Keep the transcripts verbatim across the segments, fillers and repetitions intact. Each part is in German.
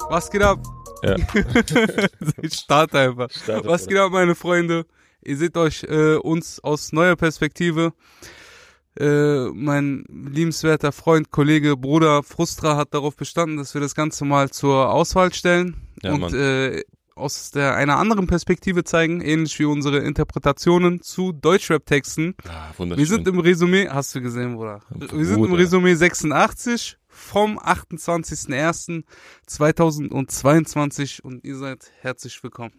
Was geht ab? Ja. Ich starte einfach. Starte, Was geht ab, meine Freunde? Ihr seht euch äh, uns aus neuer Perspektive. Äh, mein liebenswerter Freund, Kollege, Bruder Frustra hat darauf bestanden, dass wir das Ganze mal zur Auswahl stellen Ja, und äh, aus der einer anderen Perspektive zeigen, ähnlich wie unsere Interpretationen zu Deutschrap-Texten. Ah, wunderschön. Wir sind im Resümee, hast du gesehen, Bruder? Bruder. Wir sind im Resümee sechsundachtzig vom achtundzwanzigsten ersten zweitausendzweiundzwanzig und ihr seid herzlich willkommen.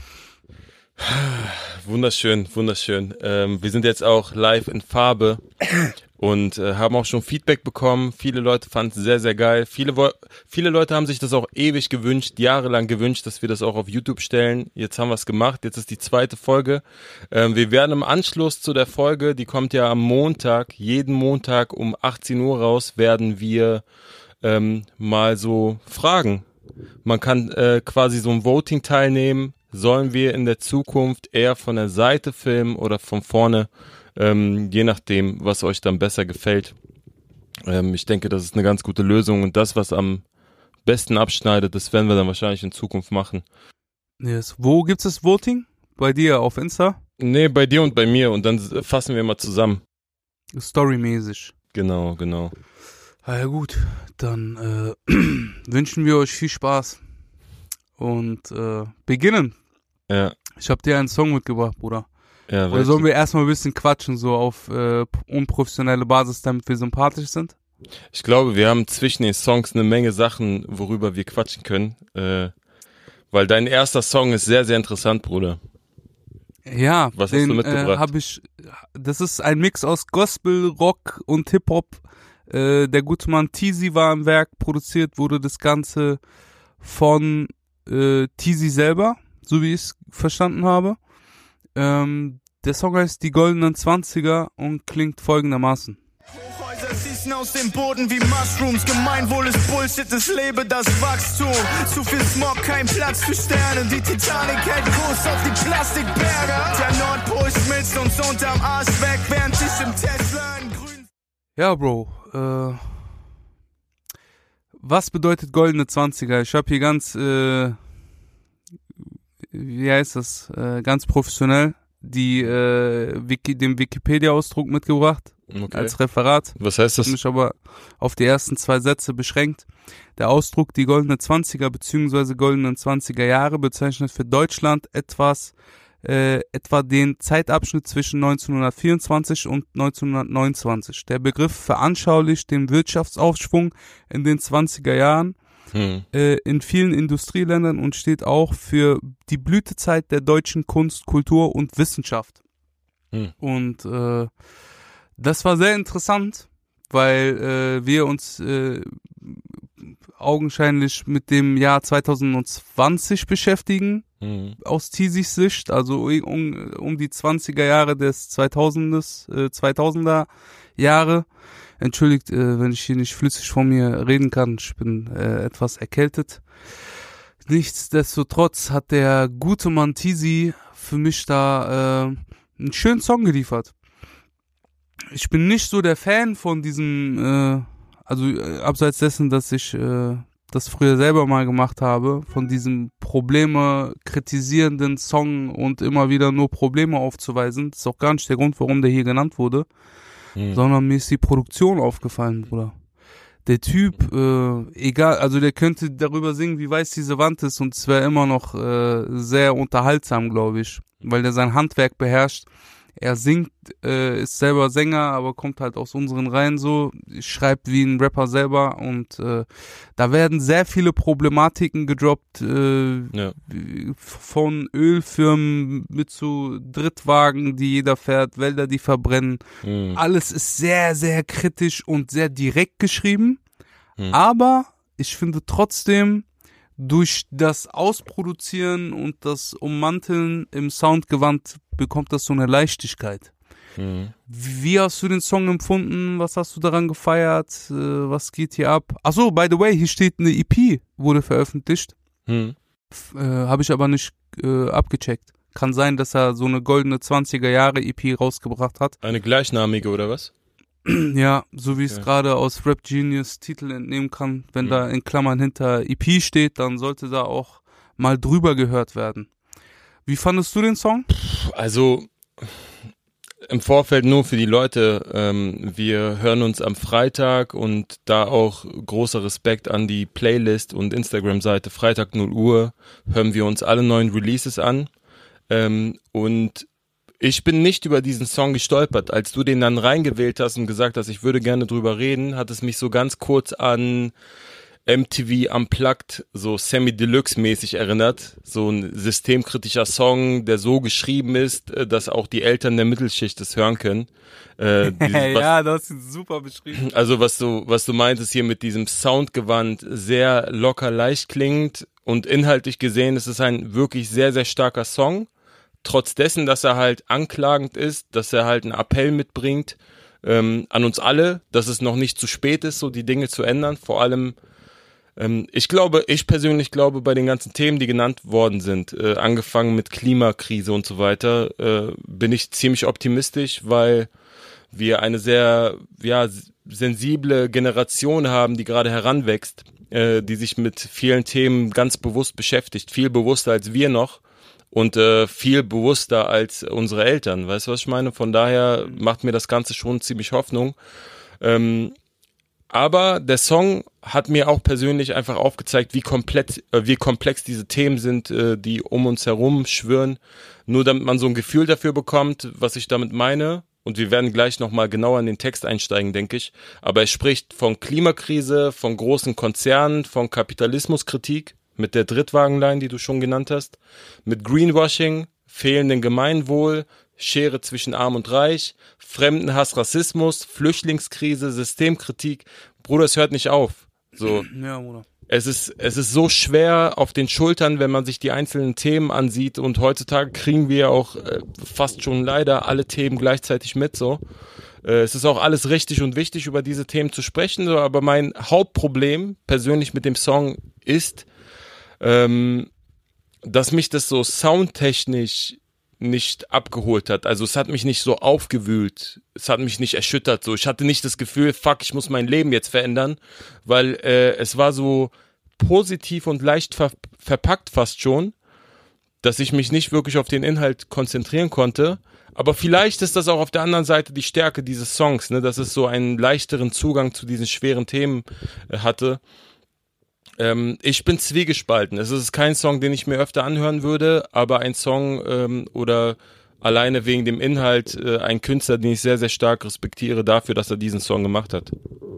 Wunderschön, wunderschön. Ähm, wir sind jetzt auch live in Farbe und äh, haben auch schon Feedback bekommen. Viele Leute fanden es sehr, sehr geil. Viele, wo- viele Leute haben sich das auch ewig gewünscht, jahrelang gewünscht, dass wir das auch auf YouTube stellen. Jetzt haben wir es gemacht. Jetzt ist die zweite Folge. Ähm, wir werden im Anschluss zu der Folge, die kommt ja am Montag, jeden Montag um achtzehn Uhr raus, werden wir ähm, mal so fragen. Man kann äh, quasi so ein Voting teilnehmen. Sollen wir in der Zukunft eher von der Seite filmen oder von vorne, ähm, je nachdem, was euch dann besser gefällt. Ähm, ich denke, das ist eine ganz gute Lösung und das, was am besten abschneidet, das werden wir dann wahrscheinlich in Zukunft machen. Yes. Wo gibt's das Voting? Bei dir auf Insta? Nee, bei dir und bei mir und dann fassen wir mal zusammen. Storymäßig. Genau, genau. Na ja gut, dann äh, wünschen wir euch viel Spaß und äh, beginnen. Ja, Ich habe dir einen Song mitgebracht, Bruder. ja. Oder sollen wir erstmal ein bisschen quatschen, so auf äh, unprofessionelle Basis, damit wir sympathisch sind? Ich glaube, wir haben zwischen den Songs eine Menge Sachen, worüber wir quatschen können, äh, weil dein erster Song ist sehr, sehr interessant, Bruder. Ja, Was hast den du mitgebracht? Äh, hab ich, das ist ein Mix aus Gospel, Rock und Hip-Hop. Äh, der gute Mann Teezy war am Werk, produziert wurde das Ganze von äh, Teezy selber, so wie ich es verstanden habe. Ähm, der Song heißt Die Goldenen Zwanziger und klingt folgendermaßen. Hochhäuser schießen aus dem Boden wie Mushrooms. Gemeinwohl ist Bullshit, es lebe das Wachstum. Zu viel Smog, kein Platz für Sterne. Die Titanic hält Kurs auf die Plastikberge. Der Nordpol schmilzt uns unterm Arsch weg, während ich im Tesla in grün... Ja, Bro, äh, was bedeutet Goldene Zwanziger? Ich habe hier ganz, äh, wie heißt das, äh, ganz professionell die, äh, Wiki, den Wikipedia-Ausdruck mitgebracht. Okay. Als Referat. Was heißt das? Ich mich aber auf die ersten zwei Sätze beschränkt. Der Ausdruck die goldene Zwanziger bzw. goldenen Zwanziger Jahre bezeichnet für Deutschland etwas, äh, etwa den Zeitabschnitt zwischen neunzehnhundertvierundzwanzig und neunzehnhundertneunundzwanzig. Der Begriff veranschaulicht den Wirtschaftsaufschwung in den zwanziger Jahren Hm. äh, in vielen Industrieländern und steht auch für die Blütezeit der deutschen Kunst, Kultur und Wissenschaft. Hm. Und äh, das war sehr interessant, weil äh, wir uns äh, augenscheinlich mit dem Jahr zweitausendzwanzig beschäftigen, Hm. aus Teezys Sicht, also um, um die zwanziger Jahre des zweitausendes, äh, zweitausender Jahre. Entschuldigt, äh, wenn ich hier nicht flüssig vor mir reden kann, ich bin äh, etwas erkältet. Nichtsdestotrotz hat der gute Mann Teezy für mich da äh, einen schönen Song geliefert. Ich bin nicht so der Fan von diesem, äh, also äh, abseits dessen, dass ich äh, das früher selber mal gemacht habe, von diesem Probleme kritisierenden Song und immer wieder nur Probleme aufzuweisen. Das ist auch gar nicht der Grund, warum der hier genannt wurde, Hm. sondern mir ist die Produktion aufgefallen, Bruder. Der Typ, äh, egal, also der könnte darüber singen, wie weiß diese Wand ist und es wäre immer noch äh, sehr unterhaltsam, glaube ich, weil der sein Handwerk beherrscht. Er singt, äh, ist selber Sänger, aber kommt halt aus unseren Reihen so, schreibt wie ein Rapper selber und äh, da werden sehr viele Problematiken gedroppt, äh, Ja. von Ölfirmen mit zu Drittwagen, die jeder fährt, Wälder, die verbrennen. Hm. Alles ist sehr, sehr kritisch und sehr direkt geschrieben, Hm. aber ich finde trotzdem, durch das Ausproduzieren und das Ummanteln im Soundgewand bekommt das so eine Leichtigkeit. Hm. Wie hast du den Song empfunden? Was hast du daran gefeiert? Äh, was geht hier ab? Achso, by the way, hier steht eine E P, wurde veröffentlicht. Hm. F- Äh, Habe ich aber nicht äh, abgecheckt. Kann sein, dass er so eine goldene zwanziger Jahre E P rausgebracht hat. Eine gleichnamige oder was? Ja, so wie ich es Ja. gerade aus Rap Genius Titel entnehmen kann, wenn Mhm. da in Klammern hinter E P steht, dann sollte da auch mal drüber gehört werden. Wie fandest du den Song? Also im Vorfeld nur für die Leute, ähm, wir hören uns am Freitag und da auch großer Respekt an die Playlist und Instagram-Seite Freitag null Uhr, hören wir uns alle neuen Releases an ähm, und ich bin nicht über diesen Song gestolpert. Als du den dann reingewählt hast und gesagt hast, ich würde gerne drüber reden, hat es mich so ganz kurz an M T V Unplugged, so Semi-Deluxe-mäßig erinnert. So ein systemkritischer Song, der so geschrieben ist, äh, dass auch die Eltern der Mittelschicht es hören können. Äh, dieses, was, Ja, du hast ihn super beschrieben. also was du, was du meintest hier mit diesem Soundgewand, sehr locker leicht klingt und inhaltlich gesehen ist es ein wirklich sehr, sehr starker Song. Trotz dessen, dass er halt anklagend ist, dass er halt einen Appell mitbringt ähm, an uns alle, dass es noch nicht zu spät ist, so die Dinge zu ändern. Vor allem, ähm, ich glaube, ich persönlich glaube, bei den ganzen Themen, die genannt worden sind, äh, angefangen mit Klimakrise und so weiter, äh, bin ich ziemlich optimistisch, weil wir eine sehr ja sensible Generation haben, die gerade heranwächst, äh, die sich mit vielen Themen ganz bewusst beschäftigt, viel bewusster als wir noch. Und äh, viel bewusster als unsere Eltern, weißt du, was ich meine? Von daher macht mir das Ganze schon ziemlich Hoffnung. Ähm, aber der Song hat mir auch persönlich einfach aufgezeigt, wie komplett, äh, wie komplex diese Themen sind, äh, die um uns herum schwirren. Nur damit man so ein Gefühl dafür bekommt, was ich damit meine. Und wir werden gleich nochmal genauer in den Text einsteigen, denke ich. Aber er spricht von Klimakrise, von großen Konzernen, von Kapitalismuskritik. Mit der Drittwagenline, die du schon genannt hast, mit Greenwashing, fehlendem Gemeinwohl, Schere zwischen Arm und Reich, Fremdenhass, Rassismus, Flüchtlingskrise, Systemkritik. Bruder, es hört nicht auf. So, Ja, Bruder. es ist, es ist so schwer auf den Schultern, wenn man sich die einzelnen Themen ansieht und heutzutage kriegen wir auch äh, fast schon leider alle Themen gleichzeitig mit, so. Äh, es ist auch alles richtig und wichtig, über diese Themen zu sprechen, so, aber mein Hauptproblem persönlich mit dem Song ist, Ähm, dass mich das so soundtechnisch nicht abgeholt hat. Also es hat mich nicht so aufgewühlt, es hat mich nicht erschüttert. So, ich hatte nicht das Gefühl, fuck, ich muss mein Leben jetzt verändern, weil äh, es war so positiv und leicht ver- verpackt fast schon, dass ich mich nicht wirklich auf den Inhalt konzentrieren konnte. Aber vielleicht ist das auch auf der anderen Seite die Stärke dieses Songs, ne, dass es so einen leichteren Zugang zu diesen schweren Themen äh, hatte. Ähm, ich bin zwiegespalten. Es ist kein Song, den ich mir öfter anhören würde, aber ein Song ähm, oder alleine wegen dem Inhalt äh, ein Künstler, den ich sehr, sehr stark respektiere dafür, dass er diesen Song gemacht hat.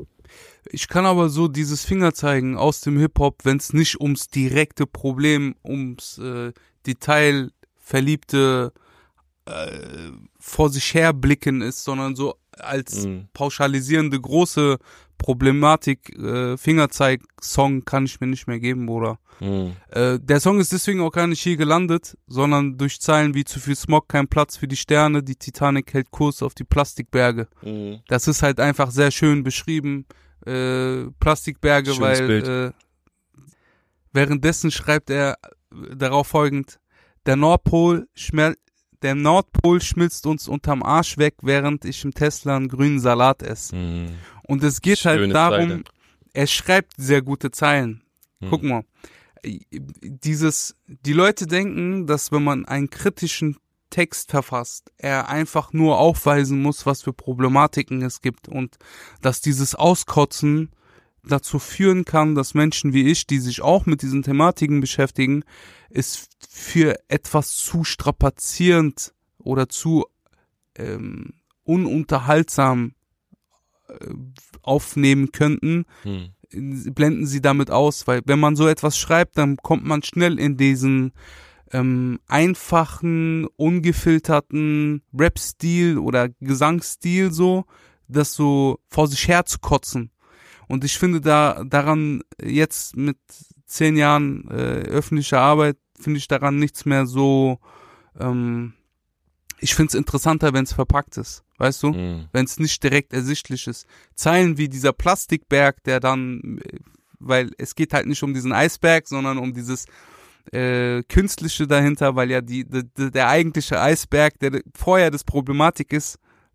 Ich kann aber so dieses Fingerzeigen aus dem Hip-Hop, wenn es nicht ums direkte Problem, ums äh, detailverliebte äh, vor sich her blicken ist, sondern so als Mhm. pauschalisierende große Problematik, äh, Fingerzeig-Song kann ich mir nicht mehr geben, Bruder. Mhm. Äh, der Song ist deswegen auch gar nicht hier gelandet, sondern durch Zeilen wie zu viel Smog, kein Platz für die Sterne, die Titanic hält Kurs auf die Plastikberge. Mhm. Das ist halt einfach sehr schön beschrieben, äh, Plastikberge, Schönes weil Bild. äh, währenddessen schreibt er äh, darauf folgend, der Nordpol schmel der Nordpol schmilzt uns unterm Arsch weg, während ich im Tesla einen grünen Salat esse. Mhm. Und es geht Schöne halt darum, Zeile. er schreibt sehr gute Zeilen. Mhm. Guck mal, dieses, die Leute denken, dass wenn man einen kritischen Text verfasst, er einfach nur aufweisen muss, was für Problematiken es gibt und dass dieses Auskotzen dazu führen kann, dass Menschen wie ich, die sich auch mit diesen Thematiken beschäftigen, es für etwas zu strapazierend oder zu ähm, ununterhaltsam äh, aufnehmen könnten, Mhm. blenden sie damit aus, weil wenn man so etwas schreibt, dann kommt man schnell in diesen ähm, einfachen, ungefilterten Rap-Stil oder Gesangsstil so, das so vor sich her zu kotzen. Und ich finde da daran jetzt mit zehn Jahren äh, öffentlicher Arbeit, finde ich daran nichts mehr so, ähm, ich finde es interessanter, wenn es verpackt ist, weißt du? Mhm. Wenn es nicht direkt ersichtlich ist. Zeilen wie dieser Plastikberg, der dann, weil es geht halt nicht um diesen Eisberg, sondern um dieses äh, Künstliche dahinter, weil ja die, die der eigentliche Eisberg, der vorher das Problematik ist,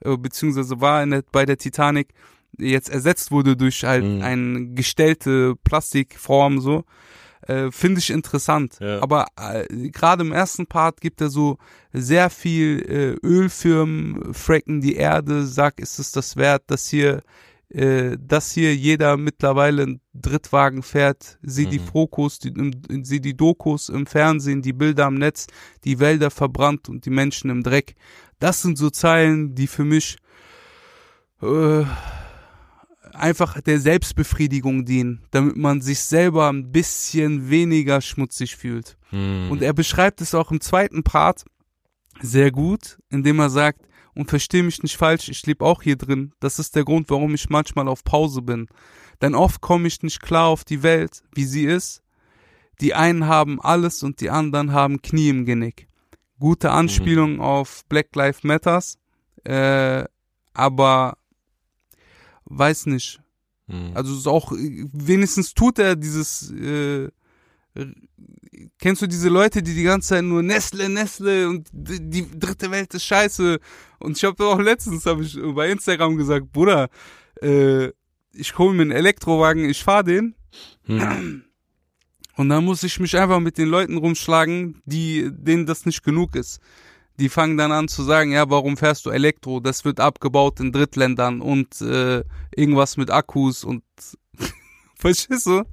äh, beziehungsweise war in der, bei der Titanic, jetzt ersetzt wurde durch halt Mhm. eine gestellte Plastikform so, äh, finde ich interessant. Ja. Aber äh, gerade im ersten Part gibt er so sehr viel äh, Ölfirmen, fracken die Erde, sag, ist es das wert, dass hier äh, dass hier jeder mittlerweile einen Drittwagen fährt, sieh die Mhm. Fokus, die, im- sieh die Dokus im Fernsehen, die Bilder am Netz, die Wälder verbrannt und die Menschen im Dreck. Das sind so Zeilen, die für mich äh, einfach der Selbstbefriedigung dienen, damit man sich selber ein bisschen weniger schmutzig fühlt. Hm. Und er beschreibt es auch im zweiten Part sehr gut, indem er sagt, und versteh mich nicht falsch, ich lebe auch hier drin. Das ist der Grund, warum ich manchmal auf Pause bin. Denn oft komme ich nicht klar auf die Welt, wie sie ist. Die einen haben alles und die anderen haben Knie im Genick. Gute Anspielung auf Black Lives Matters, äh, aber weiß nicht. Hm. Also es ist auch, wenigstens tut er dieses, äh, kennst du diese Leute, die die ganze Zeit nur Nestle, Nestle und die, die dritte Welt ist scheiße. Und ich habe auch letztens, habe ich bei Instagram gesagt, Bruder, äh, ich hole mir einen Elektrowagen, ich fahre den. Hm. Und dann muss ich mich einfach mit den Leuten rumschlagen, die, denen das nicht genug ist. Die fangen dann an zu sagen, ja, warum fährst du Elektro? Das wird abgebaut in Drittländern und äh, irgendwas mit Akkus und verstehst du?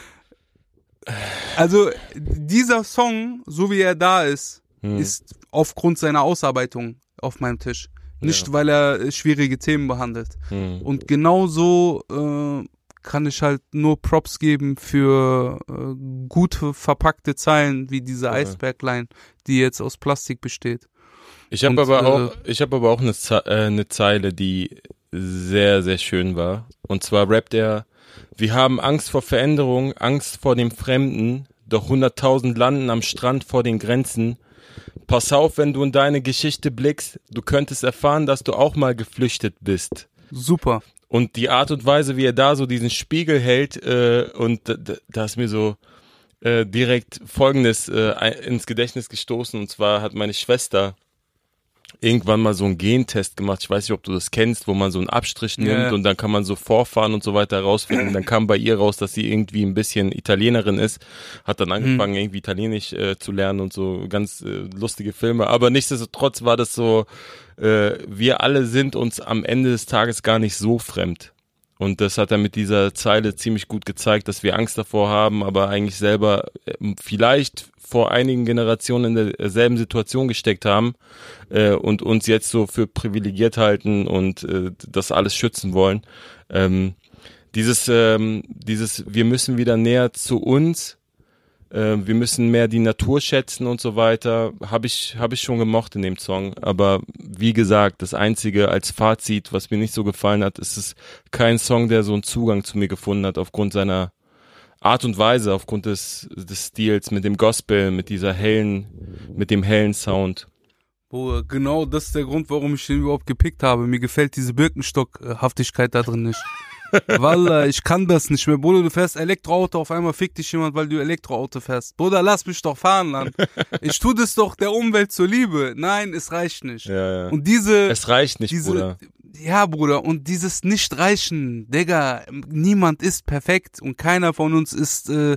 Also dieser Song, so wie er da ist, Hm. ist aufgrund seiner Ausarbeitung auf meinem Tisch. Nicht, Ja. weil er äh, schwierige Themen behandelt. Hm. Und genauso äh, kann ich halt nur Props geben für äh, gute verpackte Zeilen wie diese Ja. Eisbergline, die jetzt aus Plastik besteht. Ich habe Und, aber äh, auch, ich habe aber auch eine, Ze äh, eine Zeile, die sehr, sehr schön war. Und zwar rappt er: Wir haben Angst vor Veränderung, Angst vor dem Fremden, doch hunderttausend landen am Strand vor den Grenzen. Pass auf, wenn du in deine Geschichte blickst, du könntest erfahren, dass du auch mal geflüchtet bist. Super. Und die Art und Weise, wie er da so diesen Spiegel hält, äh, und da, da ist mir so äh, direkt Folgendes äh, ein- ins Gedächtnis gestoßen. Und zwar hat meine Schwester irgendwann mal so einen Gentest gemacht. Ich weiß nicht, ob du das kennst, wo man so einen Abstrich nimmt Ja. und dann kann man so Vorfahren und so weiter herausfinden. Dann kam bei ihr raus, dass sie irgendwie ein bisschen Italienerin ist. Hat dann angefangen, irgendwie Italienisch äh, zu lernen und so ganz äh, lustige Filme. Aber nichtsdestotrotz war das so, äh, wir alle sind uns am Ende des Tages gar nicht so fremd. Und das hat er mit dieser Zeile ziemlich gut gezeigt, dass wir Angst davor haben, aber eigentlich selber äh, vielleicht vor einigen Generationen in derselben Situation gesteckt haben äh, und uns jetzt so für privilegiert halten und äh, das alles schützen wollen. Ähm, dieses, ähm, dieses, wir müssen wieder näher zu uns, äh, wir müssen mehr die Natur schätzen und so weiter, habe ich, hab ich schon gemocht in dem Song. Aber wie gesagt, das Einzige als Fazit, was mir nicht so gefallen hat, ist es kein Song, der so einen Zugang zu mir gefunden hat aufgrund seiner Art und Weise, aufgrund des, des Stils, mit dem Gospel, mit dieser hellen, mit dem hellen Sound. Boah, genau das ist der Grund, warum ich den überhaupt gepickt habe. Mir gefällt diese Birkenstock-Haftigkeit da drin nicht. Wallah, ich kann das nicht mehr. Bruder, du fährst Elektroauto, auf einmal fickt dich jemand, weil du Elektroauto fährst. Bruder, lass mich doch fahren, Mann. Ich tu das doch der Umwelt zur Liebe. Nein, es reicht nicht. Ja, ja. Und diese, Es reicht nicht, diese, Bruder. ja, Bruder, und dieses Nicht-Reichen, Digga, niemand ist perfekt und keiner von uns ist äh,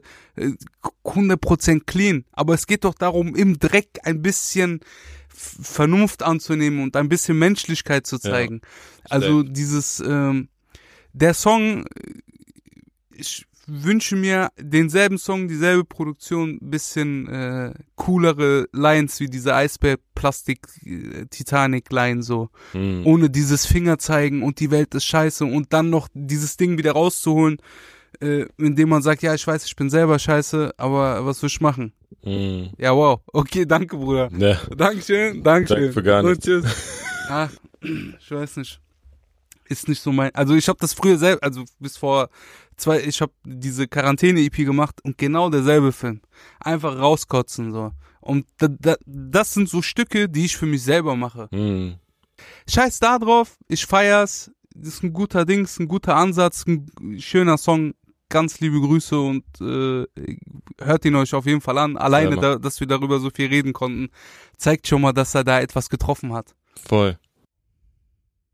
hundert Prozent clean. Aber es geht doch darum, im Dreck ein bisschen F- Vernunft anzunehmen und ein bisschen Menschlichkeit zu zeigen. Also dieses, ähm, der Song, ich wünsche mir denselben Song, dieselbe Produktion, bisschen äh, coolere Lines wie diese Eisbär-Plastik-Titanic-Line so. Hm. Ohne dieses Fingerzeigen und die Welt ist scheiße und dann noch dieses Ding wieder rauszuholen, äh, indem man sagt, ja, ich weiß, ich bin selber scheiße, aber was will ich machen? Hm. Ja, wow. Okay, danke, Bruder. Ja. Dankeschön, Dankeschön. Danke für gar Und tschüss. Ach, ich weiß nicht. Ist nicht so mein, also ich habe das früher selber, also bis vor zwei, ich habe diese Quarantäne-E P gemacht und genau derselbe Film. Einfach rauskotzen so. Und da, da, das sind so Stücke, die ich für mich selber mache. Hm. Scheiß da drauf, ich feier's, das ist ein guter Dings, ein guter Ansatz, ein schöner Song, ganz liebe Grüße und äh, hört ihn euch auf jeden Fall an. Alleine, Ja, da, dass wir darüber so viel reden konnten, zeigt schon mal, dass er da etwas getroffen hat. Voll.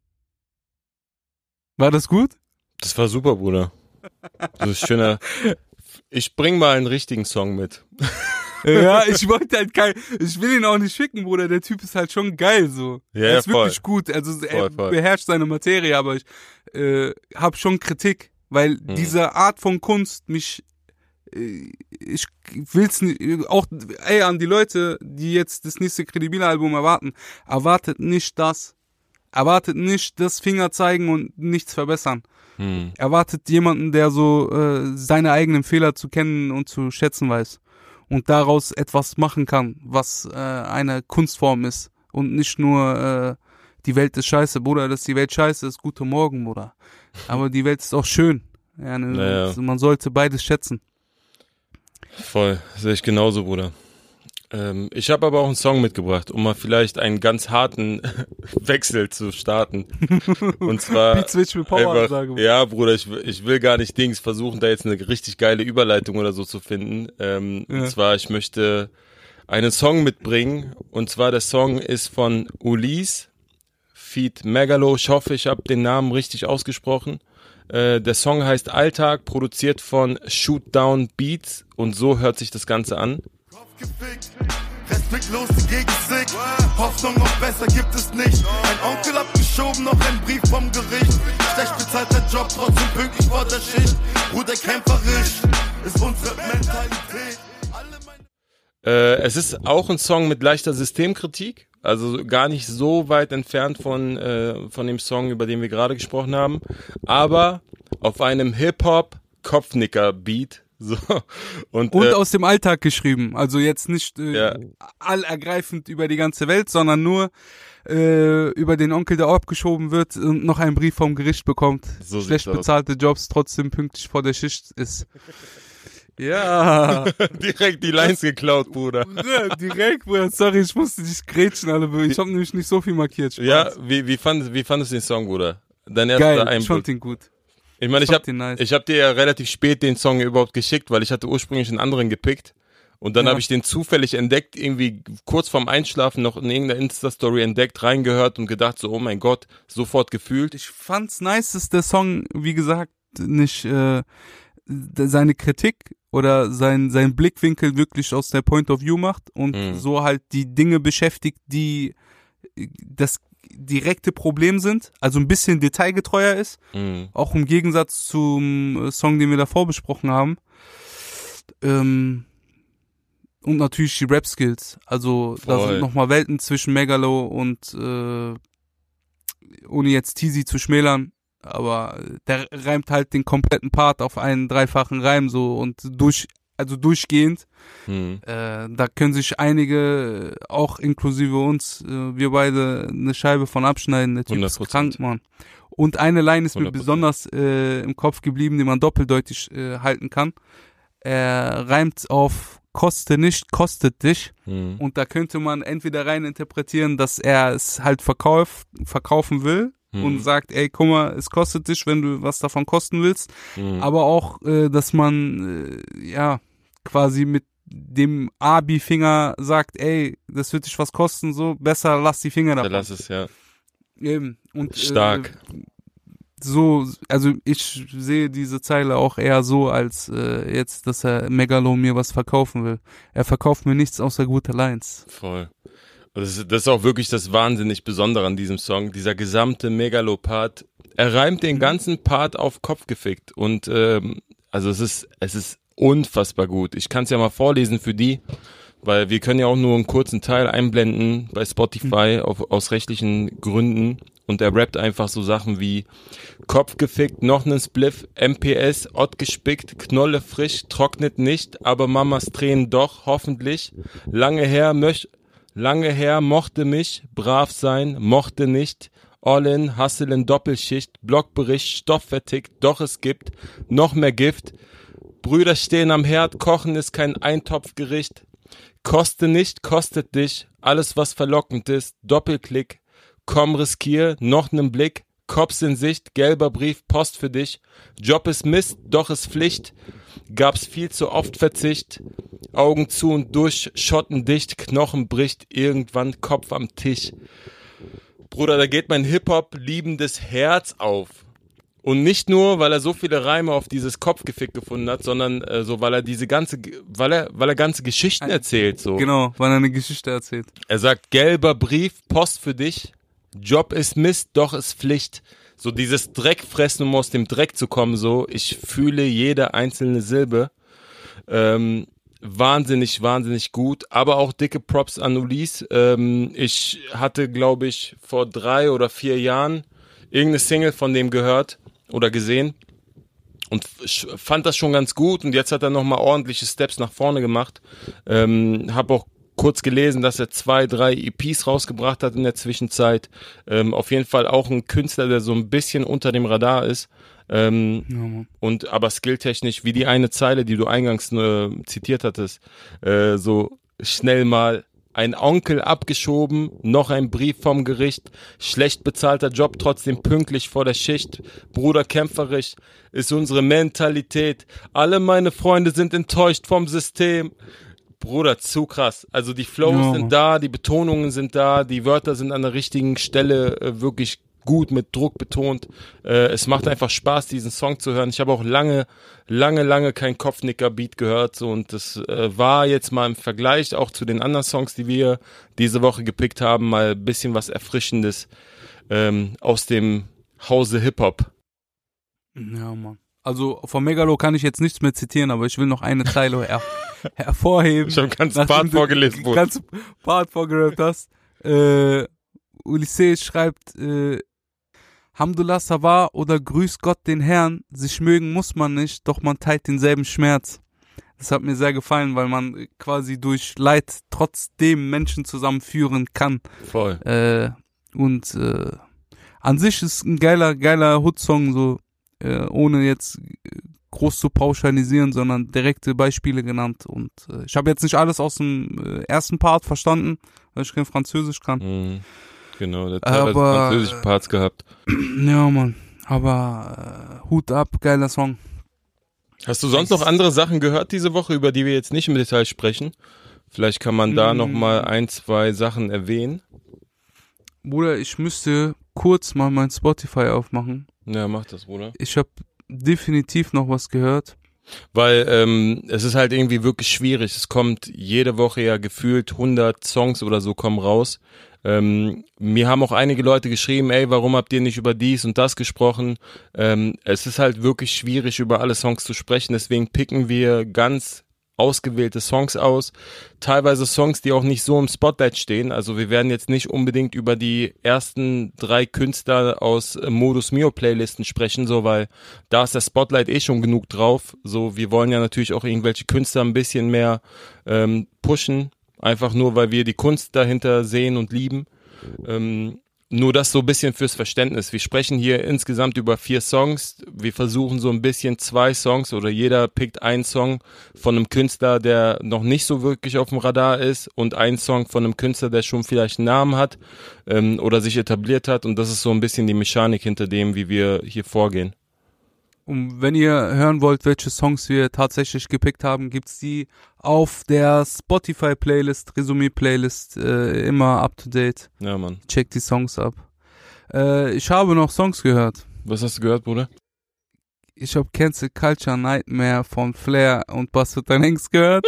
War das gut? Das war super, Bruder. So schöner. Ich bring mal einen richtigen Song mit. Ja, ich wollte halt kein, ich will ihn auch nicht schicken, Bruder. Der Typ ist halt schon geil, so. Ja, er ist voll. wirklich gut. Also er Voll, voll. beherrscht seine Materie, aber ich äh, habe schon Kritik, weil Mhm. diese Art von Kunst mich, äh, ich will's nicht, auch ey an die Leute, die jetzt das nächste Credibil Album erwarten, erwartet nicht das, erwartet nicht das Finger zeigen und nichts verbessern. Hm. Erwartet jemanden, der so äh, seine eigenen Fehler zu kennen und zu schätzen weiß und daraus etwas machen kann, was äh, eine Kunstform ist und nicht nur äh, die Welt ist scheiße, Bruder, dass die Welt scheiße ist, guten Morgen, Bruder. Aber die Welt ist auch schön. Ja, ne, Naja. also man sollte beides schätzen. Voll, sehe ich genauso, Bruder. Ähm, ich habe aber auch einen Song mitgebracht, um mal vielleicht einen ganz harten Wechsel zu starten. Und zwar Beat Switch mit Power, einfach, sage ich. ja, Bruder, ich, ich will gar nicht Dings versuchen, da jetzt eine richtig geile Überleitung oder so zu finden. Ähm, Ja. Und zwar, ich möchte einen Song mitbringen. Und zwar, der Song ist von Ulysse feat. Megalo. Ich hoffe, ich habe den Namen richtig ausgesprochen. Äh, der Song heißt Alltag, produziert von Shootdown Beats. Und so hört sich das Ganze an. Gefickt, respektlos gegen Sick. Hoffnung auf besser gibt es nicht. Ein Onkel abgeschoben, noch ein Brief vom Gericht. Schlecht bezahlter Job, trotzdem pünktlich vor der Schicht. Bruder kämpferisch ist unsere Mentalität. Alle meine Äh, es ist auch ein Song mit leichter Systemkritik, also gar nicht so weit entfernt von, äh, von dem Song, über den wir gerade gesprochen haben, aber auf einem Hip-Hop-Kopfnicker-Beat. So. Und, Und äh, aus dem Alltag geschrieben. Also jetzt nicht äh, Ja. allergreifend über die ganze Welt, sondern nur äh, über den Onkel, der abgeschoben wird und noch einen Brief vom Gericht bekommt. So Schlecht sieht's aus. bezahlte Jobs, trotzdem pünktlich vor der Schicht ist. Ja. direkt die Lines geklaut, Bruder. Ja, direkt, Bruder. Sorry, ich musste dich grätschen, alle. Ich habe nämlich nicht so viel markiert. Spaß. Ja, wie, wie, fand, wie fandest du den Song, Bruder? Dein erster Geil, ich Einblick. fand den gut. Ich meine, ich fand habe den nice. ich hab dir ja relativ spät den Song überhaupt geschickt, weil ich hatte ursprünglich einen anderen gepickt. Und dann Ja. habe ich den zufällig entdeckt, irgendwie kurz vorm Einschlafen noch in irgendeiner Insta-Story entdeckt, reingehört und gedacht so, oh mein Gott, sofort gefühlt. Ich fand's nice, dass der Song, wie gesagt, nicht äh, seine Kritik oder sein sein Blickwinkel wirklich aus der Point of View macht und Mhm. so halt die Dinge beschäftigt, die das direkte Problem sind, also ein bisschen detailgetreuer ist, Mhm. auch im Gegensatz zum äh, Song, den wir davor besprochen haben. Ähm, und natürlich die Rap-Skills. Also da Voll. sind nochmal Welten zwischen Megalo und äh, ohne jetzt Teasy zu schmälern, aber der reimt halt den kompletten Part auf einen dreifachen Reim so und durch, also durchgehend. Mhm. Äh, da können sich einige, äh, auch inklusive uns, äh, wir beide eine Scheibe von abschneiden. Der Typ hundert ist Prozent. krank, Mann. Und eine Line ist mir hundert Prozent. besonders äh, im Kopf geblieben, die man doppeldeutig äh, halten kann. Er reimt auf koste nicht, kostet dich. Mhm. Und da könnte man entweder rein interpretieren, dass er es halt verkauft, verkaufen will Mhm. und sagt, ey, guck mal, es kostet dich, wenn du was davon kosten willst. Mhm. Aber auch, äh, dass man, äh, ja, quasi mit dem Abi-Finger sagt, ey, das wird dich was kosten, so, besser lass die Finger Da davon. lass es, ja. Eben. Und, Stark. Äh, so, also ich sehe diese Zeile auch eher so, als äh, jetzt, dass er Megalo mir was verkaufen will. Er verkauft mir nichts außer gute Lines. Voll. Und Das ist, das ist auch wirklich das wahnsinnig Besondere an diesem Song. Dieser gesamte Megalo-Part. Er reimt den ganzen Part auf Kopf gefickt. Und ähm, also es ist, es ist unfassbar gut. Ich kann es ja mal vorlesen für die, weil wir können ja auch nur einen kurzen Teil einblenden bei Spotify auf, aus rechtlichen Gründen. Und er rappt einfach so Sachen wie Kopf gefickt, noch nen Spliff, M P S, Ott gespickt, Knolle frisch, trocknet nicht, aber Mamas Tränen doch, hoffentlich. Lange her, möch, lange her, mochte mich, brav sein, mochte nicht. All-in, Hustle in Doppelschicht, Blogbericht, Stoff vertickt, doch es gibt noch mehr Gift. Brüder stehen am Herd, Kochen ist kein Eintopfgericht. Koste nicht, kostet dich, alles was verlockend ist, Doppelklick. Komm, riskier, noch nen Blick, Cops in Sicht, gelber Brief, Post für dich. Job ist Mist, doch ist Pflicht. Gab's viel zu oft Verzicht. Augen zu und durch, Schotten dicht, Knochen bricht, irgendwann Kopf am Tisch. Bruder, da geht mein Hip-Hop liebendes Herz auf. Und nicht nur, weil er so viele Reime auf dieses Kopfgefick gefunden hat, sondern äh, so, weil er diese ganze, weil er, weil er ganze Geschichten erzählt, so. Genau, weil er eine Geschichte erzählt. Er sagt, gelber Brief, Post für dich, Job ist Mist, doch ist Pflicht. So dieses Dreckfressen, um aus dem Dreck zu kommen, so. Ich fühle jede einzelne Silbe. Ähm, wahnsinnig, wahnsinnig gut. Aber auch dicke Props an Ulis. Ähm, ich hatte, glaube ich, vor drei oder vier Jahren irgendeine Single von dem gehört oder gesehen und fand das schon ganz gut. Und jetzt hat er nochmal ordentliche Steps nach vorne gemacht. Ähm, hab auch kurz gelesen, dass er zwei, drei E Ps rausgebracht hat in der Zwischenzeit. Ähm, auf jeden Fall auch ein Künstler, der so ein bisschen unter dem Radar ist. Ähm, ja, und aber skilltechnisch, wie die eine Zeile, die du eingangs äh, zitiert hattest, äh, so schnell mal ein Onkel abgeschoben, noch ein Brief vom Gericht, schlecht bezahlter Job, trotzdem pünktlich vor der Schicht, Bruder kämpferisch, ist unsere Mentalität. Alle meine Freunde sind enttäuscht vom System. Bruder, zu krass. Also die Flows ja. sind da, die Betonungen sind da, die Wörter sind an der richtigen Stelle äh, wirklich gut mit Druck betont. Äh, es macht einfach Spaß, diesen Song zu hören. Ich habe auch lange, lange, lange kein Kopfnicker-Beat gehört so, und das äh, war jetzt mal im Vergleich auch zu den anderen Songs, die wir diese Woche gepickt haben, mal ein bisschen was Erfrischendes ähm, aus dem Hause Hip-Hop. Ja, Mann. Also von Megalo kann ich jetzt nichts mehr zitieren, aber ich will noch eine Zeile her hervorheben. Ich habe ganz Part vorgelesen. Ganz Part vorgerappt hast. Äh, Ulysses schreibt, äh, Hamdullah Savar oder Grüß Gott den Herrn, sich mögen muss man nicht, doch man teilt denselben Schmerz. Das hat mir sehr gefallen, weil man quasi durch Leid trotzdem Menschen zusammenführen kann. Voll. Äh, und äh, an sich ist ein geiler, geiler Hood-Song, so äh, ohne jetzt groß zu pauschalisieren, sondern direkte Beispiele genannt. Und äh, ich habe jetzt nicht alles aus dem äh, ersten Part verstanden, weil ich kein Französisch kann. Mhm. Genau, der hat teilweise aber, französische Parts gehabt. Ja, Mann. Aber äh, Hut ab, geiler Song. Hast du sonst noch andere Sachen gehört diese Woche, über die wir jetzt nicht im Detail sprechen? Vielleicht kann man da mm. noch mal ein, zwei Sachen erwähnen. Bruder, ich müsste kurz mal mein Spotify aufmachen. Ja, mach das, Bruder. Ich habe definitiv noch was gehört. Weil ähm, es ist halt irgendwie wirklich schwierig. Es kommt jede Woche ja gefühlt hundert Songs oder so kommen raus. Ähm, mir haben auch einige Leute geschrieben, ey, warum habt ihr nicht über dies und das gesprochen? Ähm, es ist halt wirklich schwierig, über alle Songs zu sprechen. Deswegen picken wir ganz ausgewählte Songs aus. Teilweise Songs, die auch nicht so im Spotlight stehen. Also wir werden jetzt nicht unbedingt über die ersten drei Künstler aus Modus Mio Playlisten sprechen, so, weil da ist der Spotlight eh schon genug drauf. So, wir wollen ja natürlich auch irgendwelche Künstler ein bisschen mehr ähm, pushen. Einfach nur, weil wir die Kunst dahinter sehen und lieben. Ähm, nur das so ein bisschen fürs Verständnis. Wir sprechen hier insgesamt über vier Songs. Wir versuchen so ein bisschen zwei Songs oder jeder pickt einen Song von einem Künstler, der noch nicht so wirklich auf dem Radar ist und einen Song von einem Künstler, der schon vielleicht einen Namen hat ähm, oder sich etabliert hat. Und das ist so ein bisschen die Mechanik hinter dem, wie wir hier vorgehen. Und wenn ihr hören wollt, welche Songs wir tatsächlich gepickt haben, gibt's die auf der Spotify-Playlist, Resümee-Playlist, äh, immer up to date. Ja, Mann. Check die Songs ab. Äh, ich habe noch Songs gehört. Was hast du gehört, Bruder? Ich habe Cancel Culture Nightmare von Flair und Bastard Hengst gehört.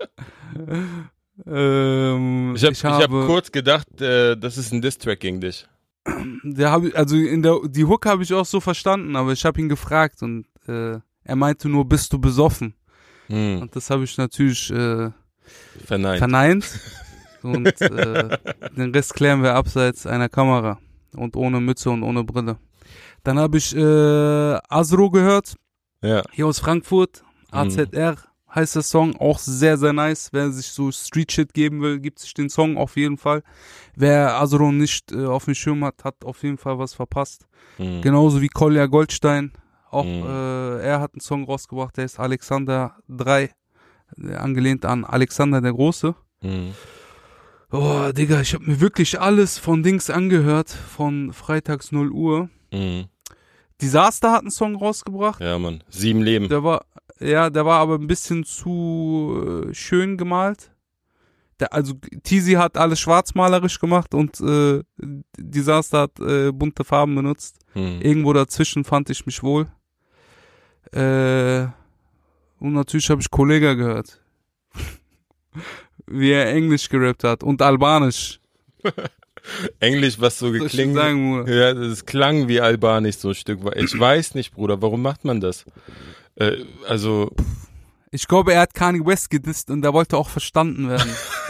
ähm, ich habe ich habe hab kurz gedacht, äh, das ist ein Diss-Track gegen dich. Der hab, also in der die Hook habe ich auch so verstanden, aber ich habe ihn gefragt und äh, er meinte nur, bist du besoffen? Hm. Und das habe ich natürlich äh, verneint. verneint. Und äh, den Rest klären wir abseits einer Kamera und ohne Mütze und ohne Brille. Dann habe ich äh, Azro gehört, ja. Hier aus Frankfurt, A Z R. Hm. Heißt der Song, auch sehr, sehr nice. Wer sich so Street-Shit geben will, gibt sich den Song auf jeden Fall. Wer Azro nicht äh, auf dem Schirm hat, hat auf jeden Fall was verpasst. Mhm. Genauso wie Kolja Goldstein. Auch mhm. äh, er hat einen Song rausgebracht, der ist Alexander drei, äh, angelehnt an Alexander der Große. Mhm. Oh, Digga, ich habe mir wirklich alles von Dings angehört, von freitags null Uhr. Mhm. Disaster hat einen Song rausgebracht. Ja, Mann. Sieben Leben. Der war... Ja, der war aber ein bisschen zu äh, schön gemalt. der, also Teasy hat alles schwarzmalerisch gemacht und äh, Disaster hat äh, bunte Farben benutzt. Hm. Irgendwo dazwischen fand ich mich wohl. Äh, und natürlich habe ich Kollega gehört. Wie er Englisch gerappt hat und Albanisch. Englisch, was so Soll ich geklingt. sagen, Bruder? Ja, das klang wie Albanisch so ein Stück weit. Ich weiß nicht, Bruder, warum macht man das? Äh, also, Ich glaube, er hat Kanye West gedisst und er wollte auch verstanden werden.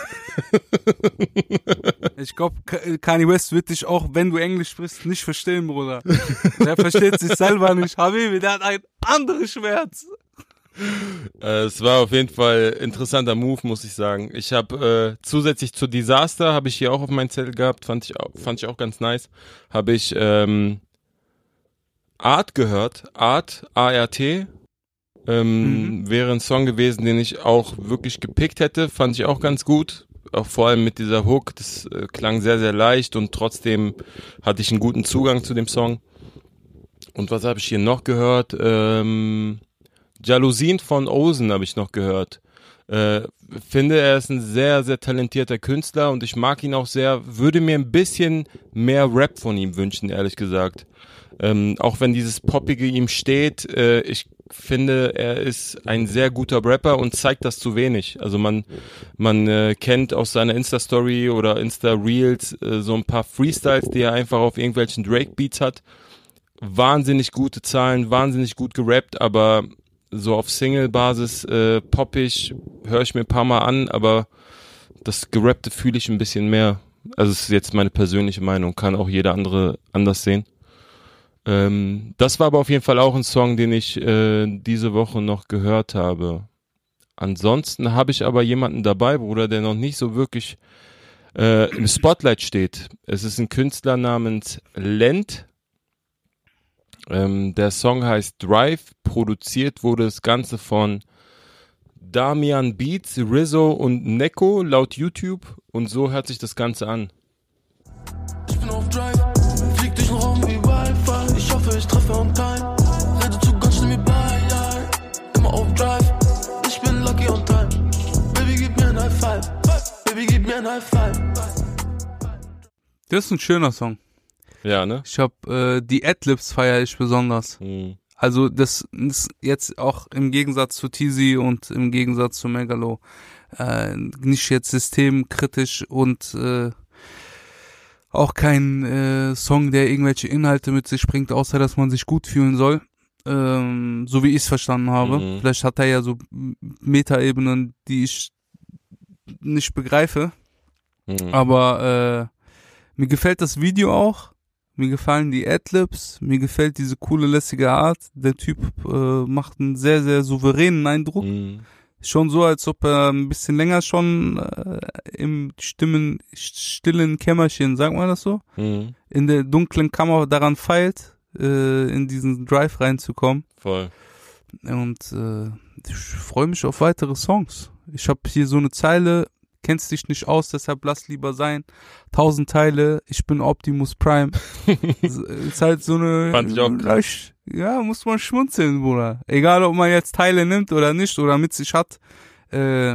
Ich glaube, Kanye West wird dich auch, wenn du Englisch sprichst, nicht verstehen, Bruder. Der versteht sich selber nicht. Habibi, der hat ein anderes Schmerz. Äh, es war auf jeden Fall ein interessanter Move, muss ich sagen. Ich habe äh, zusätzlich zu Disaster, habe ich hier auch auf meinem Zettel gehabt, fand ich auch, fand ich auch ganz nice, habe ich ähm, Art gehört, Art, A R T, ähm, mhm. wäre ein Song gewesen, den ich auch wirklich gepickt hätte, fand ich auch ganz gut, auch vor allem mit dieser Hook, das äh, klang sehr, sehr leicht und trotzdem hatte ich einen guten Zugang zu dem Song. Und was habe ich hier noch gehört? Ähm... Jalousien von Ozen habe ich noch gehört. Äh, finde, er ist ein sehr, sehr talentierter Künstler und ich mag ihn auch sehr. Würde mir ein bisschen mehr Rap von ihm wünschen, ehrlich gesagt. Ähm, auch wenn dieses Poppige ihm steht, äh, ich finde, er ist ein sehr guter Rapper und zeigt das zu wenig. Also man, man äh, kennt aus seiner Insta-Story oder Insta-Reels äh, so ein paar Freestyles, die er einfach auf irgendwelchen Drake-Beats hat. Wahnsinnig gute Zahlen, wahnsinnig gut gerappt, aber so auf Single-Basis, äh, poppig, höre ich mir ein paar Mal an, aber das Gerappte fühle ich ein bisschen mehr. Also es ist jetzt meine persönliche Meinung, kann auch jeder andere anders sehen. Ähm, das war aber auf jeden Fall auch ein Song, den ich äh, diese Woche noch gehört habe. Ansonsten habe ich aber jemanden dabei, Bruder, der noch nicht so wirklich äh, im Spotlight steht. Es ist ein Künstler namens Lent. Ähm, der Song heißt Drive, produziert wurde das Ganze von Damian Beats, Rizzo und Neko laut YouTube und so hört sich das Ganze an. Ich bin auf Drive, flieg durch den Raum wie Wi-Fi, ich hoffe ich treffe on time, rede zu Gott, stimm mir bei, ja, immer auf Drive, ich bin lucky on time, Baby gib mir ein High Five, Baby gib mir ein High Five. Das ist ein schöner Song. Ja, ne? Ich hab, äh, die Adlibs feiere ich besonders. Mhm. Also das ist jetzt auch im Gegensatz zu Teasy und im Gegensatz zu Megalo äh, nicht jetzt systemkritisch und äh, auch kein äh, Song, der irgendwelche Inhalte mit sich bringt, außer dass man sich gut fühlen soll. Ähm, so wie ich es verstanden habe. Mhm. Vielleicht hat er ja so Metaebenen, die ich nicht begreife. Mhm. Aber äh, mir gefällt das Video auch. Mir gefallen die Adlibs, mir gefällt diese coole, lässige Art. Der Typ äh, macht einen sehr, sehr souveränen Eindruck. Mhm. Schon so, als ob er ein bisschen länger schon äh, im Stimmen, stillen Kämmerchen, sagt man das so? Mhm. In der dunklen Kammer daran feilt, äh, in diesen Drive reinzukommen. Voll. Und äh, ich freue mich auf weitere Songs. Ich habe hier so eine Zeile, kennst dich nicht aus, deshalb lass lieber sein. Tausend Teile, ich bin Optimus Prime. Ist halt so eine... Fand ich auch krass. Ja, muss man schmunzeln, Bruder. Egal, ob man jetzt Teile nimmt oder nicht oder mit sich hat. Äh,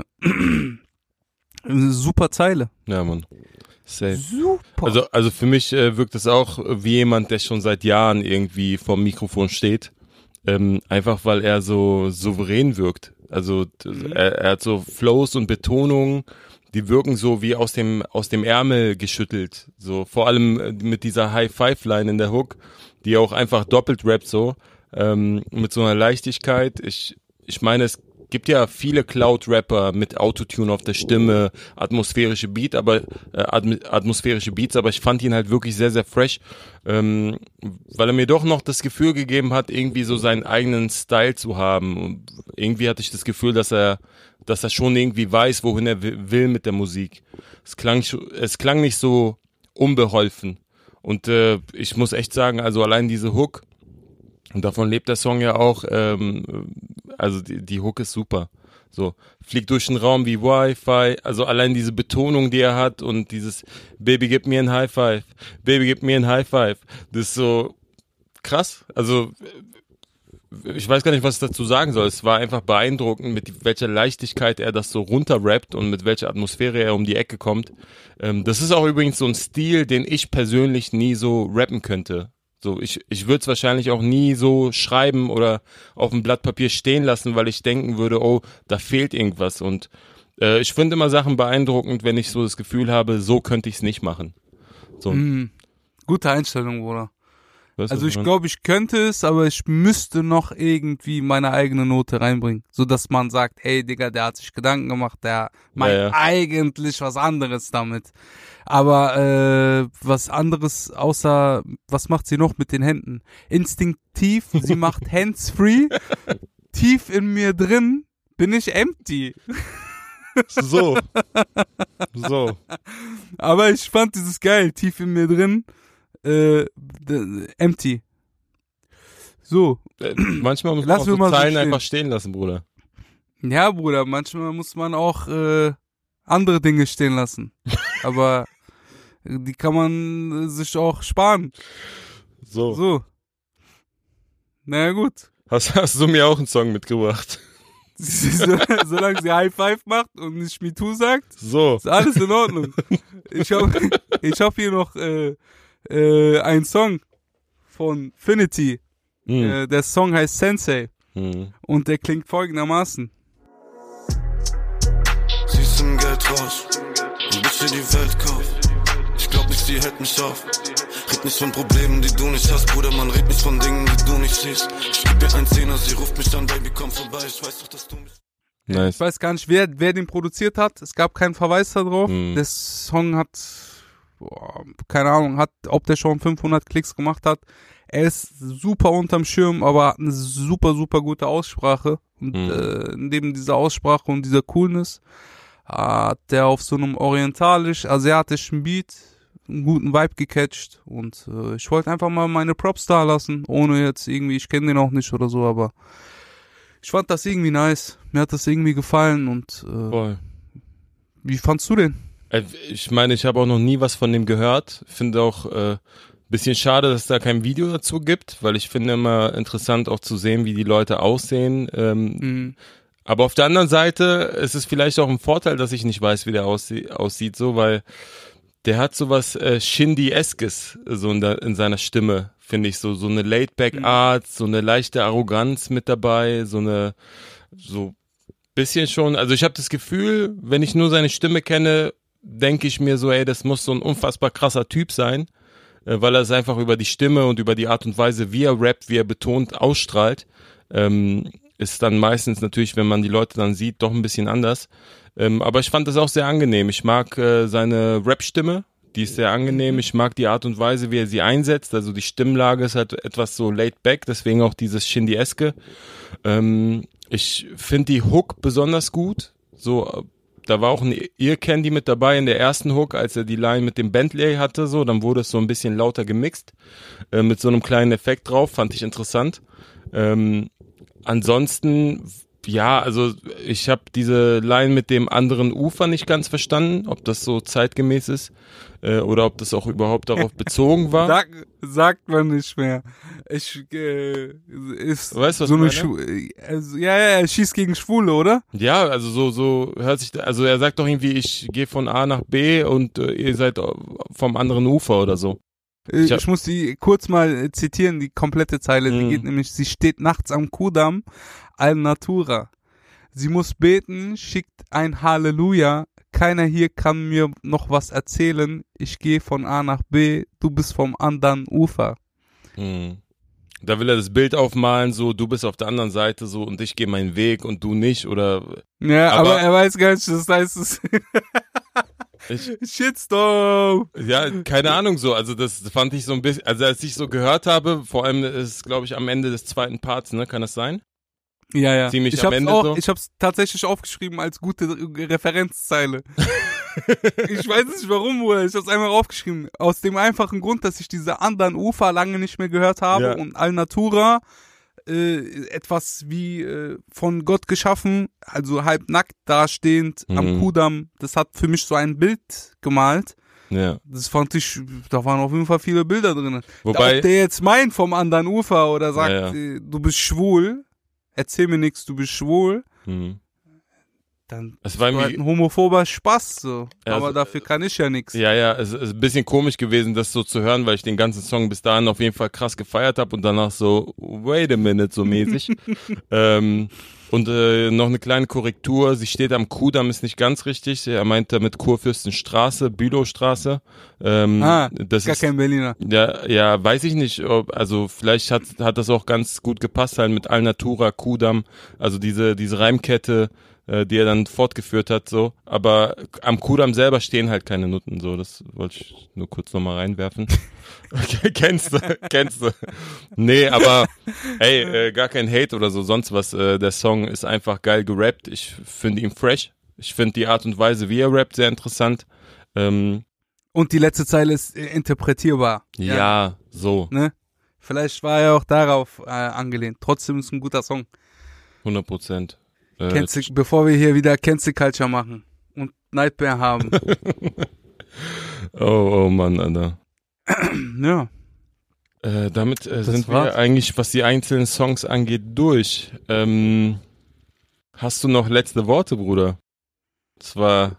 super Zeile. Ja, Mann. Safe. Super. Also, also für mich äh, wirkt es auch wie jemand, der schon seit Jahren irgendwie vorm Mikrofon steht. Ähm, einfach weil er so souverän wirkt. Also mhm. er, er hat so Flows und Betonungen, die wirken so wie aus dem aus dem Ärmel geschüttelt. So vor allem mit dieser High-Five-Line in der Hook, die auch einfach doppelt rappt so, ähm, mit so einer Leichtigkeit. Ich ich meine, es gibt ja viele Cloud-Rapper mit Autotune auf der Stimme, atmosphärische Beat, aber äh, atmosphärische Beats, aber ich fand ihn halt wirklich sehr, sehr fresh, ähm, weil er mir doch noch das Gefühl gegeben hat, irgendwie so seinen eigenen Style zu haben. Und irgendwie hatte ich das Gefühl, dass er, dass er schon irgendwie weiß, wohin er will mit der Musik. Es klang, es klang nicht so unbeholfen. Und äh, ich muss echt sagen, also allein diese Hook, und davon lebt der Song ja auch, ähm, also die, die Hook ist super. So, fliegt durch den Raum wie Wi-Fi, also allein diese Betonung, die er hat und dieses Baby, gib mir ein High Five, Baby, gib mir ein High Five, das ist so krass. Also ich weiß gar nicht, was ich dazu sagen soll. Es war einfach beeindruckend, mit welcher Leichtigkeit er das so runterrappt und mit welcher Atmosphäre er um die Ecke kommt. Ähm, das ist auch übrigens so ein Stil, den ich persönlich nie so rappen könnte. So, ich, ich würde es wahrscheinlich auch nie so schreiben oder auf dem Blatt Papier stehen lassen, weil ich denken würde, oh, da fehlt irgendwas. Und äh, ich finde immer Sachen beeindruckend, wenn ich so das Gefühl habe, so könnte ich es nicht machen. So. Mm, gute Einstellung, Bruder. Weißt du, Also was ich meine? glaube, ich könnte es, aber ich müsste noch irgendwie meine eigene Note reinbringen, so dass man sagt, ey Digga, der hat sich Gedanken gemacht, der meint Ja, ja. eigentlich was anderes damit. Aber äh, was anderes außer, was macht sie noch mit den Händen? Instinktiv, sie macht hands-free, tief in mir drin bin ich empty. So. So. Aber ich fand dieses geil, tief in mir drin, äh, d- empty. So. Äh, manchmal muss man Lass auch mir so mal so Zeilen stehen. einfach stehen lassen, Bruder. Ja, Bruder, manchmal muss man auch äh, andere Dinge stehen lassen. Aber die kann man äh, sich auch sparen. So. So. Naja, gut. Hast, hast du mir auch einen Song mitgebracht? So, solange sie High Five macht und nicht Me Too sagt, So. ist alles in Ordnung. Ich hab, ich hab hier noch äh, äh, einen Song von Finity. Hm. Äh, der Song heißt Sensei. Hm. Und der klingt folgendermaßen. Sie ist im Geld raus, ein Bitch, die die Welt kauft. Ich glaub nicht, sie hält mich auf. Red nicht von Problemen, die du nicht hast, Bruder, man red nicht von Dingen, die du nicht siehst. Ich geb ihr einen Zehner, sie ruft mich an, Baby, komm vorbei, ich weiß doch, dass du mich... Ich Nice. weiß gar nicht, wer, wer den produziert hat. Es gab keinen Verweis darauf. Hm. Der Song hat, boah, keine Ahnung, hat, ob der schon fünfhundert Klicks gemacht hat. Er ist super unterm Schirm, aber hat eine super, super gute Aussprache. Und Hm. äh, neben dieser Aussprache und dieser Coolness hat der auf so einem orientalisch-asiatischen Beat einen guten Vibe gecatcht. Und äh, ich wollte einfach mal meine Props da lassen, ohne jetzt irgendwie, ich kenne den auch nicht oder so, aber ich fand das irgendwie nice. Mir hat das irgendwie gefallen und äh, Voll. wie fandst du den? Äh, Ich meine, ich habe auch noch nie was von dem gehört. Finde auch äh, bisschen schade, dass es da kein Video dazu gibt, weil ich finde immer interessant auch zu sehen, wie die Leute aussehen. Ähm, Mhm. Aber auf der anderen Seite ist es vielleicht auch ein Vorteil, dass ich nicht weiß, wie der aussie- aussieht, so, weil der hat sowas äh, Shindy-eskes so in, der, in seiner Stimme, finde ich, so so eine Laid-Back-Art, so eine leichte Arroganz mit dabei, so eine so bisschen schon, also ich habe das Gefühl, wenn ich nur seine Stimme kenne, denke ich mir so, ey, das muss so ein unfassbar krasser Typ sein, äh, weil er es einfach über die Stimme und über die Art und Weise, wie er rappt, wie er betont, ausstrahlt, ähm, ist dann meistens natürlich, wenn man die Leute dann sieht, doch ein bisschen anders. Ähm, aber ich fand das auch sehr angenehm. Ich mag äh, seine Rap-Stimme, die ist sehr angenehm. Ich mag die Art und Weise, wie er sie einsetzt. Also die Stimmlage ist halt etwas so laid back, deswegen auch dieses Shindy-eske. Ähm, ich finde die Hook besonders gut. So, äh, da war auch ein Ear Candy mit dabei in der ersten Hook, als er die Line mit dem Bentley hatte. So, dann wurde es so ein bisschen lauter gemixt äh, mit so einem kleinen Effekt drauf. Fand ich interessant. Ähm, Ansonsten, ja, also ich habe diese Line mit dem anderen Ufer nicht ganz verstanden, ob das so zeitgemäß ist äh, oder ob das auch überhaupt darauf bezogen war. Sag, sagt man nicht mehr. Ich, äh, ist Weißt du, was so ich eine meine? Schu also, ja, ja, er schießt gegen Schwule, oder? Ja, also so so hört sich, also er sagt doch irgendwie, ich gehe von A nach B und äh, ihr seid vom anderen Ufer oder so. Äh, Ich hab- Ich muss die kurz mal äh, zitieren, die komplette Zeile. Die Mhm. geht nämlich, sie steht nachts am Kudamm, al Natura. Sie muss beten, schickt ein Halleluja. Keiner hier kann mir noch was erzählen. Ich gehe von A nach B, du bist vom anderen Ufer. Hm. Da will er das Bild aufmalen, so du bist auf der anderen Seite so und ich gehe meinen Weg und du nicht oder Ja, aber, Aber- er weiß gar nicht, das heißt es. ich, Shitstorm. ja, keine Ahnung so, also das fand ich so ein bisschen, also als ich so gehört habe, vor allem ist es, glaube ich, am Ende des zweiten Parts, ne, kann das sein? Ja, ja. Ziemlich ich am hab's Ende auch, so. ich hab's tatsächlich aufgeschrieben als gute Referenzzeile. Ich weiß nicht warum, Bruder. Ich hab's einmal aufgeschrieben. Aus dem einfachen Grund, dass ich diese anderen Ufer lange nicht mehr gehört habe Ja. und Al Natura äh, etwas wie äh, von Gott geschaffen, also halb nackt dastehend am Mhm. Kudamm. Das hat für mich so ein Bild gemalt. Ja. Das fand ich, da waren auf jeden Fall viele Bilder drin. Wobei, Ob der jetzt meint vom anderen Ufer oder sagt, Ja, ja. äh, du bist schwul, erzähl mir nichts, du bist schwul, hm. dann Es war ist halt irgendwie, ein homophober Spaß so. Ja, Aber so- dafür kann ich ja nichts. ja, ja, es ist ein bisschen komisch gewesen, das so zu hören, weil ich den ganzen Song bis dahin auf jeden Fall krass gefeiert habe und danach so, wait a minute, so mäßig. ähm, und äh, noch eine kleine Korrektur, sie steht am Kudamm, ist nicht ganz richtig. Er meint damit Kurfürstenstraße, Bülowstraße. Ähm, Ah, das Gar ist, kein Berliner. ja, ja, weiß ich nicht, ob, also vielleicht hat, hat das auch ganz gut gepasst halt mit Alnatura, Kudamm, also diese, diese Reimkette, äh, die er dann fortgeführt hat, so. Aber am Kudamm selber stehen halt keine Nutten, so. Das wollte ich nur kurz nochmal reinwerfen. Okay, kennst du, kennst du. Nee, aber, ey, äh, gar kein Hate oder so, sonst was. Äh, der Song ist einfach geil gerappt. Ich finde ihn fresh. Ich finde die Art und Weise, wie er rappt, sehr interessant. Ähm, Und die letzte Zeile ist äh, interpretierbar. ja, so, Ne? Vielleicht war er auch darauf äh, angelehnt. Trotzdem ist ein guter Song. hundert Prozent. Äh, Cancel, bevor wir hier wieder Cancel Culture machen und Nightmare haben. oh, oh Mann, Alter. Ja. Äh, damit äh, sind war's. wir eigentlich, was die einzelnen Songs angeht, durch. Ähm, hast du noch letzte Worte, Bruder? Das war,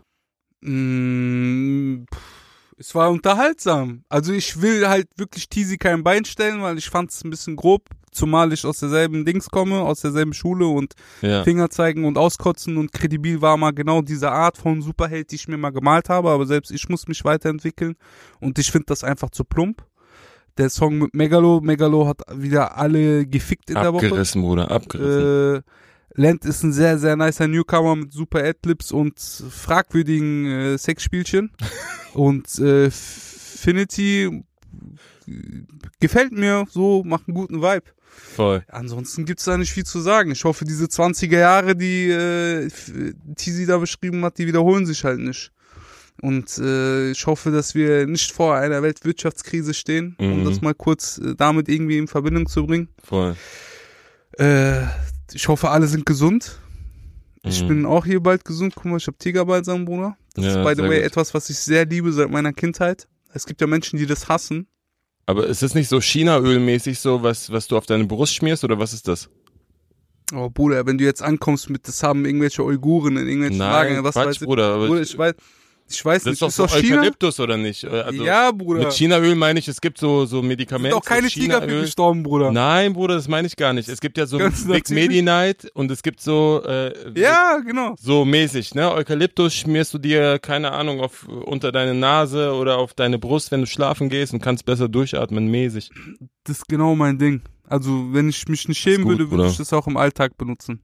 Mm, pff, es war unterhaltsam. Also ich will halt wirklich Teasy kein Bein stellen, weil ich fand es ein bisschen grob, zumal ich aus derselben Dings komme, aus derselben Schule und ja, Finger zeigen und auskotzen und kredibil war mal genau diese Art von Superheld, die ich mir mal gemalt habe, aber selbst ich muss mich weiterentwickeln und ich finde das einfach zu plump. Der Song mit Megalo, Megalo hat wieder alle gefickt in der Woche. abgerissen, Bruder, abgerissen. Äh, Lent ist ein sehr, sehr nicer Newcomer mit super Adlibs und fragwürdigen äh, Sexspielchen. und äh, Finity äh, gefällt mir so, macht einen guten Vibe. Voll. Ansonsten gibt's da nicht viel zu sagen. Ich hoffe, diese zwanziger Jahre, die äh, Tizi da beschrieben hat, die wiederholen sich halt nicht. Und äh, ich hoffe, dass wir nicht vor einer Weltwirtschaftskrise stehen, um Mhm. das mal kurz äh, damit irgendwie in Verbindung zu bringen. Voll. Äh, ich hoffe, alle sind gesund. Ich Mhm. bin auch hier bald gesund. Guck mal, ich habe Tigerbalsam, Bruder. Das Ja, ist, by the sehr way, gut. etwas, was ich sehr liebe seit meiner Kindheit. Es gibt ja Menschen, die das hassen. Aber ist das nicht so China-Öl-mäßig so, was, was du auf deine Brust schmierst, oder was ist das? Oh, Bruder, wenn du jetzt ankommst mit, das haben irgendwelche Uiguren in irgendwelchen Lagern, was Quatsch, weiß ich. Bruder. Aber Bruder, ich weiß, ich weiß das nicht, ist doch so aus China? Eukalyptus, oder nicht? Also, Ja, Bruder. mit China-Öl meine ich, es gibt so, so Es Medikamente. sind doch keine Tiger für China-Öl. gestorben, Bruder. Nein, Bruder, das meine ich gar nicht. Es gibt ja so Ganz Big natürlich. Medi-Night und es gibt so, äh, Ja, genau. so mäßig, ne? Eukalyptus schmierst du dir, keine Ahnung, auf, unter deine Nase oder auf deine Brust, wenn du schlafen gehst und kannst besser durchatmen, mäßig. Das ist genau mein Ding. Also, wenn ich mich nicht schämen gut, würde, würde Bruder. ich das auch im Alltag benutzen.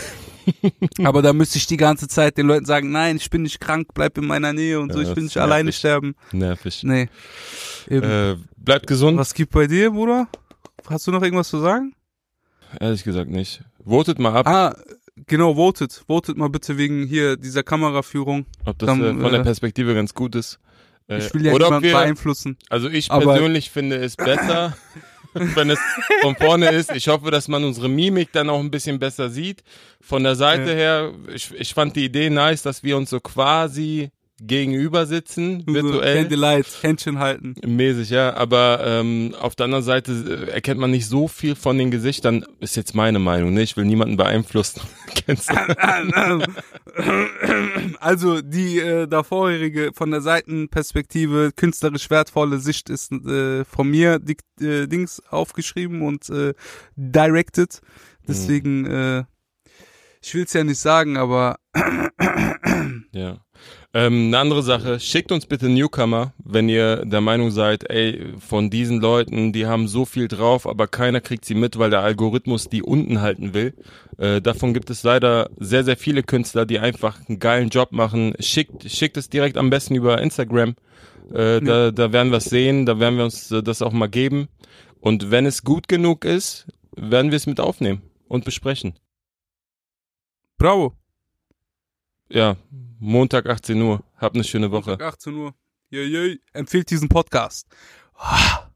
Aber da müsste ich die ganze Zeit den Leuten sagen, nein, ich bin nicht krank, bleib in meiner Nähe und so, Ja, ich das will ist nicht alleine nervig. sterben. Nervig. Nee. Eben. Äh, bleibt gesund. Was gibt bei dir, Bruder? Hast du noch irgendwas zu sagen? Ehrlich gesagt nicht. Votet mal ab, Ah, genau, votet. Votet mal bitte wegen hier dieser Kameraführung. ob das dann, äh, von der äh, Perspektive ganz gut ist. Äh, Ich will ja oder ob niemanden wir, beeinflussen. also ich aber- persönlich finde es besser, wenn es von vorne ist. Ich hoffe, dass man unsere Mimik dann auch ein bisschen besser sieht. Von der Seite Ja. her, ich, ich fand die Idee nice, dass wir uns so quasi gegenüber sitzen, So, virtuell. Candlelight, Händchen halten. Mäßig, ja, aber ähm, auf der anderen Seite äh, erkennt man nicht so viel von den Gesichtern, ist jetzt meine Meinung, ne? Ich will niemanden beeinflussen. Kennst du? Also die äh, davorherige von der Seitenperspektive künstlerisch wertvolle Sicht ist äh, von mir dick, äh, Dings aufgeschrieben und äh, directed. Deswegen, äh, ich will es ja nicht sagen, aber Ja. Ähm, eine andere Sache, schickt uns bitte Newcomer, wenn ihr der Meinung seid, ey, von diesen Leuten, die haben so viel drauf, aber keiner kriegt sie mit, weil der Algorithmus die unten halten will. Äh, davon gibt es leider sehr, sehr viele Künstler, die einfach einen geilen Job machen. Schickt, schickt es direkt am besten über Instagram. Äh, da, da werden wir es sehen, da werden wir uns äh, das auch mal geben. Und wenn es gut genug ist, werden wir es mit aufnehmen und besprechen. bravo. Ja, Montag achtzehn Uhr. Habt eine schöne Woche. achtzehn Uhr. Jö, jö. Empfehlt diesen Podcast. Ah.